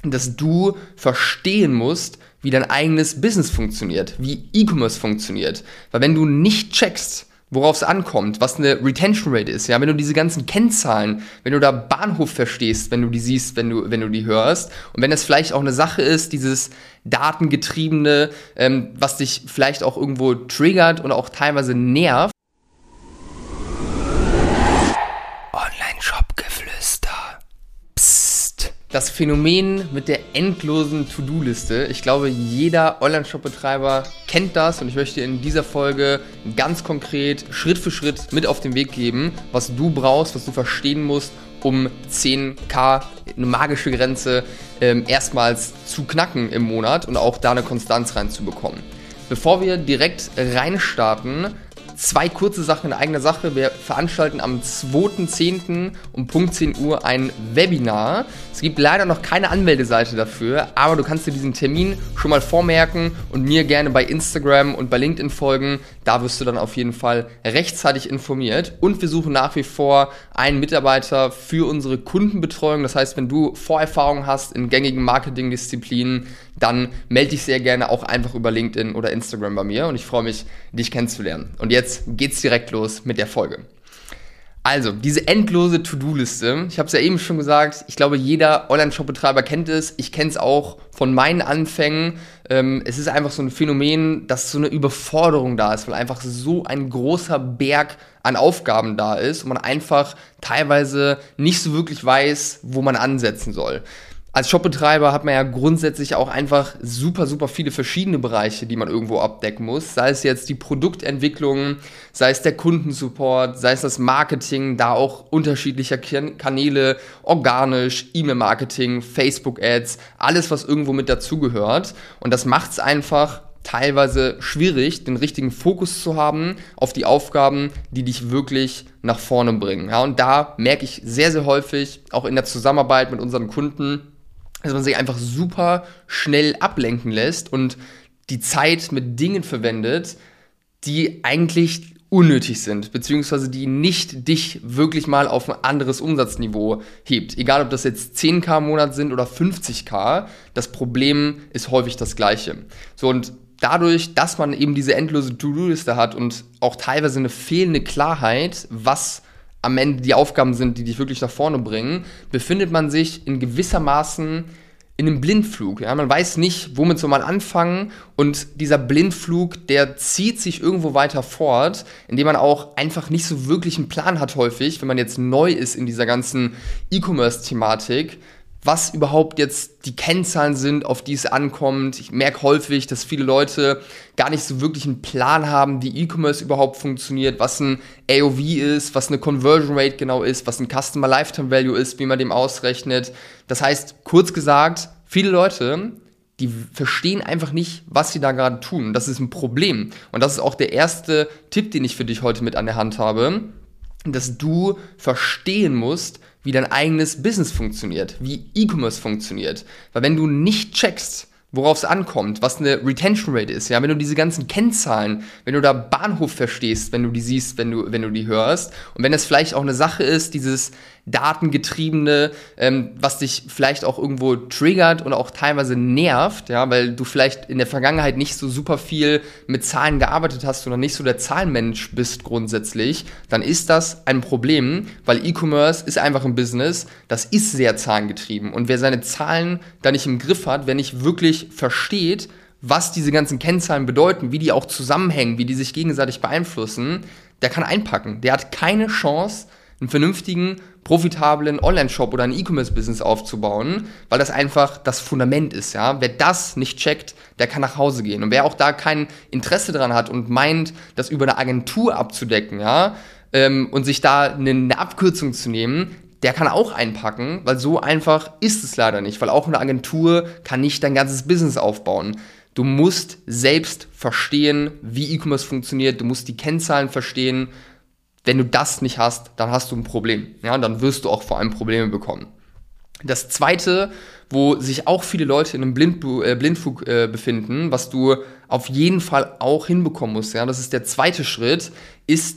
dass du verstehen musst, wie dein eigenes Business funktioniert, wie E-Commerce funktioniert. Weil wenn du nicht checkst, worauf es ankommt, was eine Retention Rate ist, ja, wenn du diese ganzen Kennzahlen, wenn du da Bahnhof verstehst, wenn du die siehst, wenn du die hörst, und wenn das vielleicht auch eine Sache ist, dieses datengetriebene, was dich vielleicht auch irgendwo triggert und auch teilweise nervt. Online-Shop-Geflüster. Psst. Das Phänomen mit der endlosen To-Do-Liste. Ich glaube, jeder Online-Shop-Betreiber kennt das und ich möchte in dieser Folge ganz konkret Schritt für Schritt mit auf den Weg geben, was du brauchst, was du verstehen musst, um 10.000, eine magische Grenze, erstmals zu knacken im Monat und auch da eine Konstanz reinzubekommen. Bevor wir direkt reinstarten, 2 kurze Sachen in eigener Sache. Wir veranstalten am 2.10. um Punkt 10 Uhr ein Webinar. Es gibt leider noch keine Anmeldeseite dafür, aber du kannst dir diesen Termin schon mal vormerken und mir gerne bei Instagram und bei LinkedIn folgen. Da wirst du dann auf jeden Fall rechtzeitig informiert. Und wir suchen nach wie vor einen Mitarbeiter für unsere Kundenbetreuung. Das heißt, wenn du Vorerfahrung hast in gängigen Marketingdisziplinen, dann melde dich sehr gerne auch einfach über LinkedIn oder Instagram bei mir und ich freue mich, dich kennenzulernen. Und jetzt geht's direkt los mit der Folge. Also, diese endlose To-Do-Liste, ich habe es ja eben schon gesagt, ich glaube, jeder Online-Shop-Betreiber kennt es, ich kenne es auch von meinen Anfängen. Es ist einfach so ein Phänomen, dass so eine Überforderung da ist, weil einfach so ein großer Berg an Aufgaben da ist und man einfach teilweise nicht so wirklich weiß, wo man ansetzen soll. Als Shopbetreiber hat man ja grundsätzlich auch einfach super viele verschiedene Bereiche, die man irgendwo abdecken muss. Sei es jetzt die Produktentwicklung, sei es der Kundensupport, sei es das Marketing, da auch unterschiedlicher Kanäle, organisch, E-Mail-Marketing, Facebook-Ads, alles, was irgendwo mit dazugehört. Und das macht es einfach teilweise schwierig, den richtigen Fokus zu haben auf die Aufgaben, die dich wirklich nach vorne bringen. Ja, und da merke ich sehr häufig, auch in der Zusammenarbeit mit unseren Kunden, dass man sich einfach super schnell ablenken lässt und die Zeit mit Dingen verwendet, die eigentlich unnötig sind, beziehungsweise die nicht dich wirklich mal auf ein anderes Umsatzniveau hebt. Egal, ob das jetzt 10.000 im Monat sind oder 50.000, das Problem ist häufig das gleiche. So, und dadurch, dass man eben diese endlose To-Do-Liste hat und auch teilweise eine fehlende Klarheit, was am Ende die Aufgaben sind, die dich wirklich nach vorne bringen, befindet man sich in gewissermaßen in einem Blindflug. Ja? Man weiß nicht, womit soll man anfangen und dieser Blindflug, der zieht sich irgendwo weiter fort, indem man auch einfach nicht so wirklich einen Plan hat häufig, wenn man jetzt neu ist in dieser ganzen E-Commerce-Thematik, was überhaupt jetzt die Kennzahlen sind, auf die es ankommt. Ich merke häufig, dass viele Leute gar nicht so wirklich einen Plan haben, wie E-Commerce überhaupt funktioniert, was ein AOV ist, was eine Conversion Rate genau ist, was ein Customer Lifetime Value ist, wie man dem ausrechnet. Das heißt, kurz gesagt, viele Leute, die verstehen einfach nicht, was sie da gerade tun. Und das ist ein Problem. Und das ist auch der erste Tipp, den ich für dich heute mit an der Hand habe, dass du verstehen musst, wie dein eigenes Business funktioniert, wie E-Commerce funktioniert. Weil wenn du nicht checkst, worauf es ankommt, was eine Retention Rate ist, ja, wenn du diese ganzen Kennzahlen, wenn du da Bahnhof verstehst, wenn du die siehst, wenn du die hörst und wenn das vielleicht auch eine Sache ist, dieses datengetriebene, was dich vielleicht auch irgendwo triggert und auch teilweise nervt, ja, weil du vielleicht in der Vergangenheit nicht so super viel mit Zahlen gearbeitet hast oder nicht so der Zahlenmensch bist grundsätzlich, dann ist das ein Problem, weil E-Commerce ist einfach ein Business, das ist sehr zahlengetrieben und wer seine Zahlen da nicht im Griff hat, wer nicht wirklich versteht, was diese ganzen Kennzahlen bedeuten, wie die auch zusammenhängen, wie die sich gegenseitig beeinflussen, der kann einpacken. Der hat keine Chance, einen vernünftigen, profitablen Online-Shop oder ein E-Commerce-Business aufzubauen, weil das einfach das Fundament ist, ja. Wer das nicht checkt, der kann nach Hause gehen. Und wer auch da kein Interesse dran hat und meint, das über eine Agentur abzudecken, ja, und sich da eine Abkürzung zu nehmen, der kann auch einpacken, weil so einfach ist es leider nicht, weil auch eine Agentur kann nicht dein ganzes Business aufbauen. Du musst selbst verstehen, wie E-Commerce funktioniert, du musst die Kennzahlen verstehen. Wenn du das nicht hast, dann hast du ein Problem. Ja, dann wirst du auch vor allem Probleme bekommen. Das Zweite, wo sich auch viele Leute in einem Blindflug befinden, was du auf jeden Fall auch hinbekommen musst, ja, das ist der zweite Schritt, ist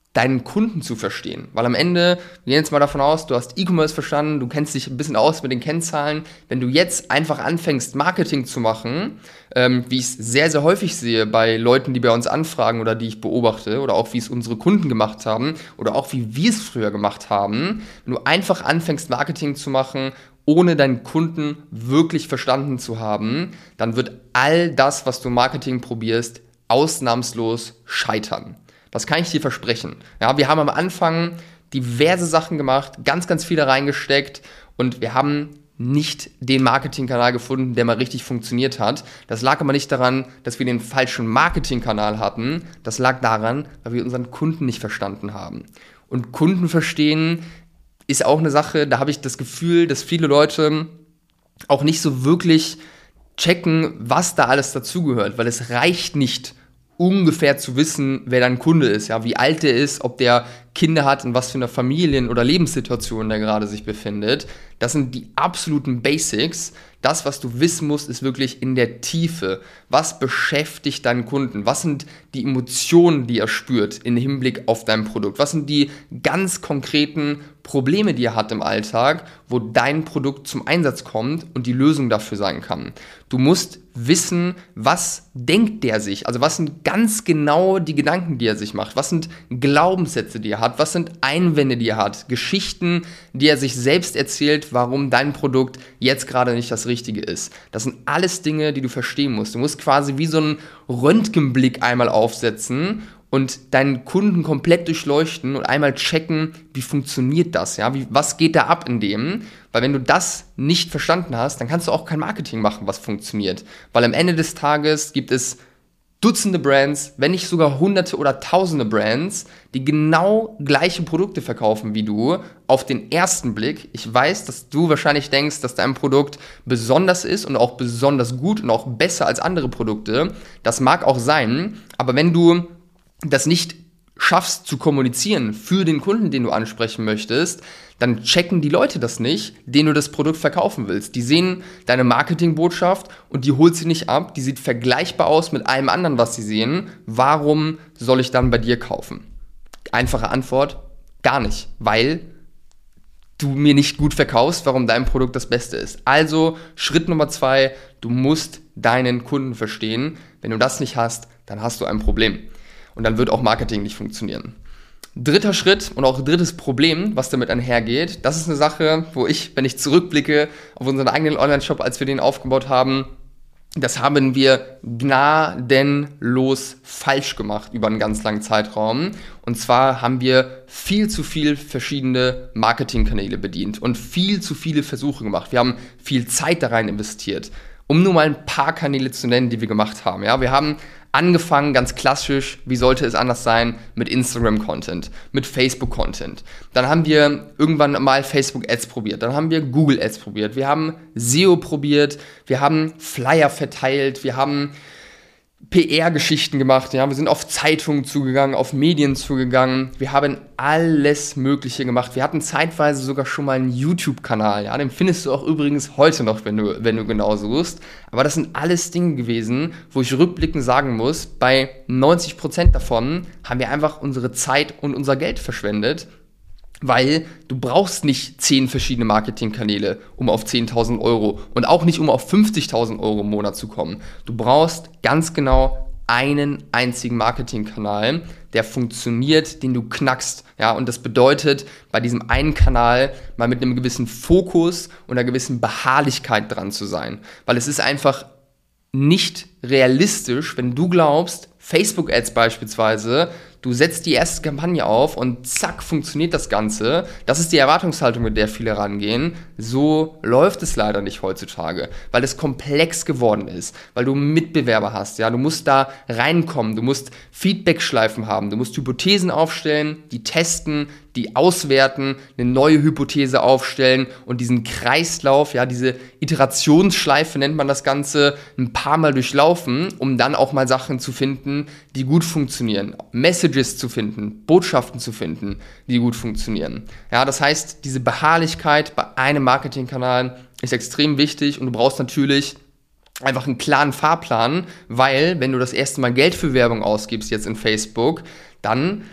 deinen Kunden zu verstehen. Weil am Ende, wir gehen jetzt mal davon aus, du hast E-Commerce verstanden, du kennst dich ein bisschen aus mit den Kennzahlen. Wenn du jetzt einfach anfängst, Marketing zu machen, wie ich es sehr, sehr häufig sehe bei Leuten, die bei uns anfragen oder die ich beobachte oder auch wie es unsere Kunden gemacht haben oder auch wie wir es früher gemacht haben, wenn du einfach anfängst, Marketing zu machen, ohne deinen Kunden wirklich verstanden zu haben, dann wird all das, was du im Marketing probierst, ausnahmslos scheitern. Das kann ich dir versprechen. Ja, wir haben am Anfang diverse Sachen gemacht, ganz, ganz viele reingesteckt und wir haben nicht den Marketingkanal gefunden, der mal richtig funktioniert hat. Das lag aber nicht daran, dass wir den falschen Marketingkanal hatten. Das lag daran, weil wir unseren Kunden nicht verstanden haben. Und Kunden verstehen ist auch eine Sache, da habe ich das Gefühl, dass viele Leute auch nicht so wirklich checken, was da alles dazugehört, weil es reicht nicht, ungefähr zu wissen, wer dein Kunde ist, ja, wie alt der ist, ob der Kinder hat, in was für einer Familien- oder Lebenssituation der gerade sich befindet. Das sind die absoluten Basics. Das, was du wissen musst, ist wirklich in der Tiefe. Was beschäftigt deinen Kunden? Was sind die Emotionen, die er spürt im Hinblick auf dein Produkt? Was sind die ganz konkreten Probleme, die er hat im Alltag, wo dein Produkt zum Einsatz kommt und die Lösung dafür sein kann? Du musst wissen, was denkt der sich? Also was sind ganz genau die Gedanken, die er sich macht? Was sind Glaubenssätze, die er hat? Was sind Einwände, die er hat? Geschichten, die er sich selbst erzählt, warum dein Produkt jetzt gerade nicht das Richtige ist. Das sind alles Dinge, die du verstehen musst. Du musst quasi wie so einen Röntgenblick einmal aufsetzen und deinen Kunden komplett durchleuchten und einmal checken, wie funktioniert das, ja? Was geht da ab in dem? Weil wenn du das nicht verstanden hast, dann kannst du auch kein Marketing machen, was funktioniert. Weil am Ende des Tages gibt es Dutzende Brands, wenn nicht sogar Hunderte oder Tausende Brands, die genau gleiche Produkte verkaufen wie du, auf den ersten Blick. Ich weiß, dass du wahrscheinlich denkst, dass dein Produkt besonders ist und auch besonders gut und auch besser als andere Produkte. Das mag auch sein, aber wenn du das nicht schaffst zu kommunizieren für den Kunden, den du ansprechen möchtest, dann checken die Leute das nicht, denen du das Produkt verkaufen willst. Die sehen deine Marketingbotschaft und die holt sie nicht ab. Die sieht vergleichbar aus mit allem anderen, was sie sehen. Warum soll ich dann bei dir kaufen? Einfache Antwort, gar nicht, weil du mir nicht gut verkaufst, warum dein Produkt das Beste ist. Also Schritt Nummer 2, du musst deinen Kunden verstehen. Wenn du das nicht hast, dann hast du ein Problem. Und dann wird auch Marketing nicht funktionieren. Dritter Schritt und auch drittes Problem, was damit einhergeht, das ist eine Sache, wo ich, wenn ich zurückblicke auf unseren eigenen Online-Shop, als wir den aufgebaut haben, das haben wir gnadenlos falsch gemacht über einen ganz langen Zeitraum. Und zwar haben wir viel zu viel verschiedene Marketingkanäle bedient und viel zu viele Versuche gemacht. Wir haben viel Zeit da rein investiert, um nur mal ein paar Kanäle zu nennen, die wir gemacht haben. Ja, wir haben angefangen, ganz klassisch, wie sollte es anders sein, mit Instagram-Content, mit Facebook-Content. Dann haben wir irgendwann mal Facebook-Ads probiert, dann haben wir Google-Ads probiert, wir haben SEO probiert, wir haben Flyer verteilt, wir haben PR-Geschichten gemacht, ja, wir sind auf Zeitungen zugegangen, auf Medien zugegangen, wir haben alles Mögliche gemacht. Wir hatten zeitweise sogar schon mal einen YouTube-Kanal, ja, den findest du auch übrigens heute noch, wenn du genau suchst. Aber das sind alles Dinge gewesen, wo ich rückblickend sagen muss, bei 90% davon haben wir einfach unsere Zeit und unser Geld verschwendet, weil du brauchst nicht 10 verschiedene Marketingkanäle, um auf 10.000 Euro und auch nicht, um auf 50.000 Euro im Monat zu kommen. Du brauchst ganz genau einen einzigen Marketingkanal, der funktioniert, den du knackst. Ja, und das bedeutet, bei diesem einen Kanal mal mit einem gewissen Fokus und einer gewissen Beharrlichkeit dran zu sein. Weil es ist einfach nicht realistisch, wenn du glaubst, Facebook-Ads beispielsweise, du setzt die erste Kampagne auf und zack, funktioniert das Ganze. Das ist die Erwartungshaltung, mit der viele rangehen. So läuft es leider nicht heutzutage, weil es komplex geworden ist, weil du Mitbewerber hast. Ja, du musst da reinkommen, du musst Feedback-Schleifen haben, du musst Hypothesen aufstellen, die testen, die auswerten, eine neue Hypothese aufstellen und diesen Kreislauf, ja, diese Iterationsschleife nennt man das Ganze, ein paar Mal durchlaufen, um dann auch mal Sachen zu finden, die gut funktionieren. Messages zu finden, Botschaften zu finden, die gut funktionieren. Ja, das heißt, diese Beharrlichkeit bei einem Marketingkanal ist extrem wichtig und du brauchst natürlich einfach einen klaren Fahrplan, weil wenn du das erste Mal Geld für Werbung ausgibst jetzt in Facebook, dann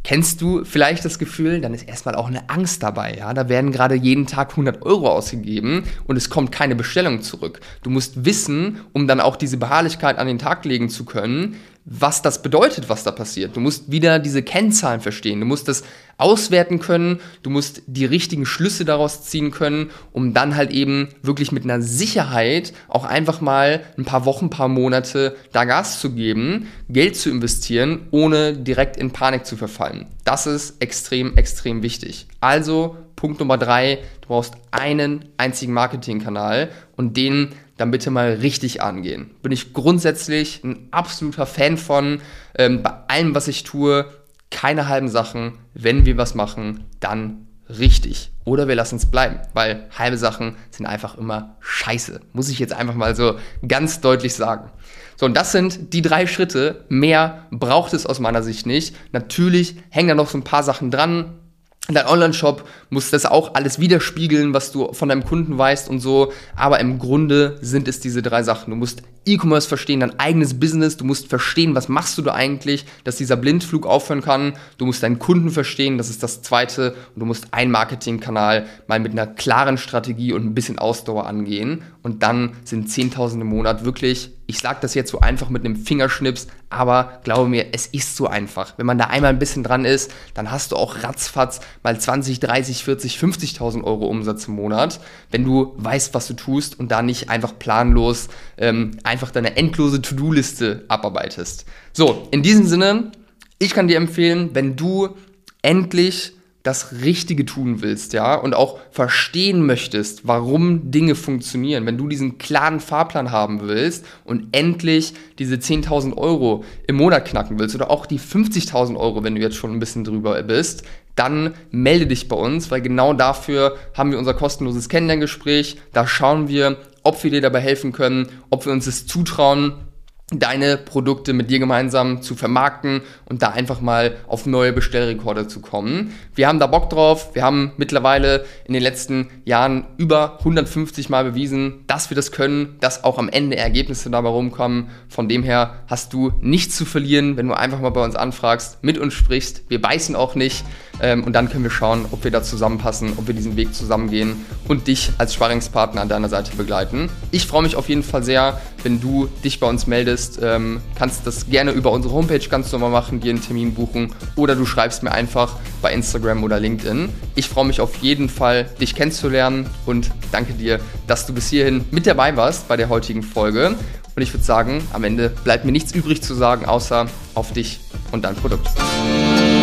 Kennst du vielleicht das Gefühl, dann ist erstmal auch eine Angst dabei, ja? Da werden gerade jeden Tag 100 Euro ausgegeben und es kommt keine Bestellung zurück. Du musst wissen, um dann auch diese Beharrlichkeit an den Tag legen zu können, was das bedeutet, was da passiert. Du musst wieder diese Kennzahlen verstehen, du musst das auswerten können, du musst die richtigen Schlüsse daraus ziehen können, um dann halt eben wirklich mit einer Sicherheit auch einfach mal ein paar Wochen, ein paar Monate da Gas zu geben, Geld zu investieren, ohne direkt in Panik zu verfallen. Das ist extrem, extrem wichtig. Also Punkt Nummer 3, du brauchst einen einzigen Marketingkanal und den dann bitte mal richtig angehen. Bin ich grundsätzlich ein absoluter Fan von, bei allem, was ich tue, keine halben Sachen. Wenn wir was machen, dann richtig. Oder wir lassen es bleiben, weil halbe Sachen sind einfach immer scheiße. Muss ich jetzt einfach mal so ganz deutlich sagen. So, und das sind die 3 Schritte. Mehr braucht es aus meiner Sicht nicht. Natürlich hängen da noch so ein paar Sachen dran. Dein Online-Shop muss das auch alles widerspiegeln, was du von deinem Kunden weißt und so. Aber im Grunde sind es diese 3 Sachen. Du musst E-Commerce verstehen, dein eigenes Business. Du musst verstehen, was machst du da eigentlich, dass dieser Blindflug aufhören kann. Du musst deinen Kunden verstehen, das ist das Zweite. Und du musst einen Marketingkanal mal mit einer klaren Strategie und ein bisschen Ausdauer angehen. Und dann sind 10.000 im Monat wirklich, ich sage das jetzt so einfach mit einem Fingerschnips, aber glaube mir, es ist so einfach. Wenn man da einmal ein bisschen dran ist, dann hast du auch ratzfatz mal 20, 30, 40, 50.000 Euro Umsatz im Monat, wenn du weißt, was du tust und da nicht einfach planlos einfach deine endlose To-Do-Liste abarbeitest. So, in diesem Sinne, ich kann dir empfehlen, wenn du endlich das Richtige tun willst, ja, und auch verstehen möchtest, warum Dinge funktionieren, wenn du diesen klaren Fahrplan haben willst und endlich diese 10.000 Euro im Monat knacken willst oder auch die 50.000 Euro, wenn du jetzt schon ein bisschen drüber bist, dann melde dich bei uns, weil genau dafür haben wir unser kostenloses Kennenlerngespräch. Da schauen wir, ob wir dir dabei helfen können, ob wir uns es zutrauen, deine Produkte mit dir gemeinsam zu vermarkten und da einfach mal auf neue Bestellrekorde zu kommen. Wir haben da Bock drauf. Wir haben mittlerweile in den letzten Jahren über 150 Mal bewiesen, dass wir das können, dass auch am Ende Ergebnisse dabei rumkommen. Von dem her hast du nichts zu verlieren, wenn du einfach mal bei uns anfragst, mit uns sprichst. Wir beißen auch nicht und dann können wir schauen, ob wir da zusammenpassen, ob wir diesen Weg zusammengehen und dich als Sparringspartner an deiner Seite begleiten. Ich freue mich auf jeden Fall sehr, wenn du dich bei uns meldest. Kannst das gerne über unsere Homepage ganz normal machen, dir einen Termin buchen oder du schreibst mir einfach bei Instagram oder LinkedIn. Ich freue mich auf jeden Fall, dich kennenzulernen und danke dir, dass du bis hierhin mit dabei warst bei der heutigen Folge. Und ich würde sagen, am Ende bleibt mir nichts übrig zu sagen, außer auf dich und dein Produkt.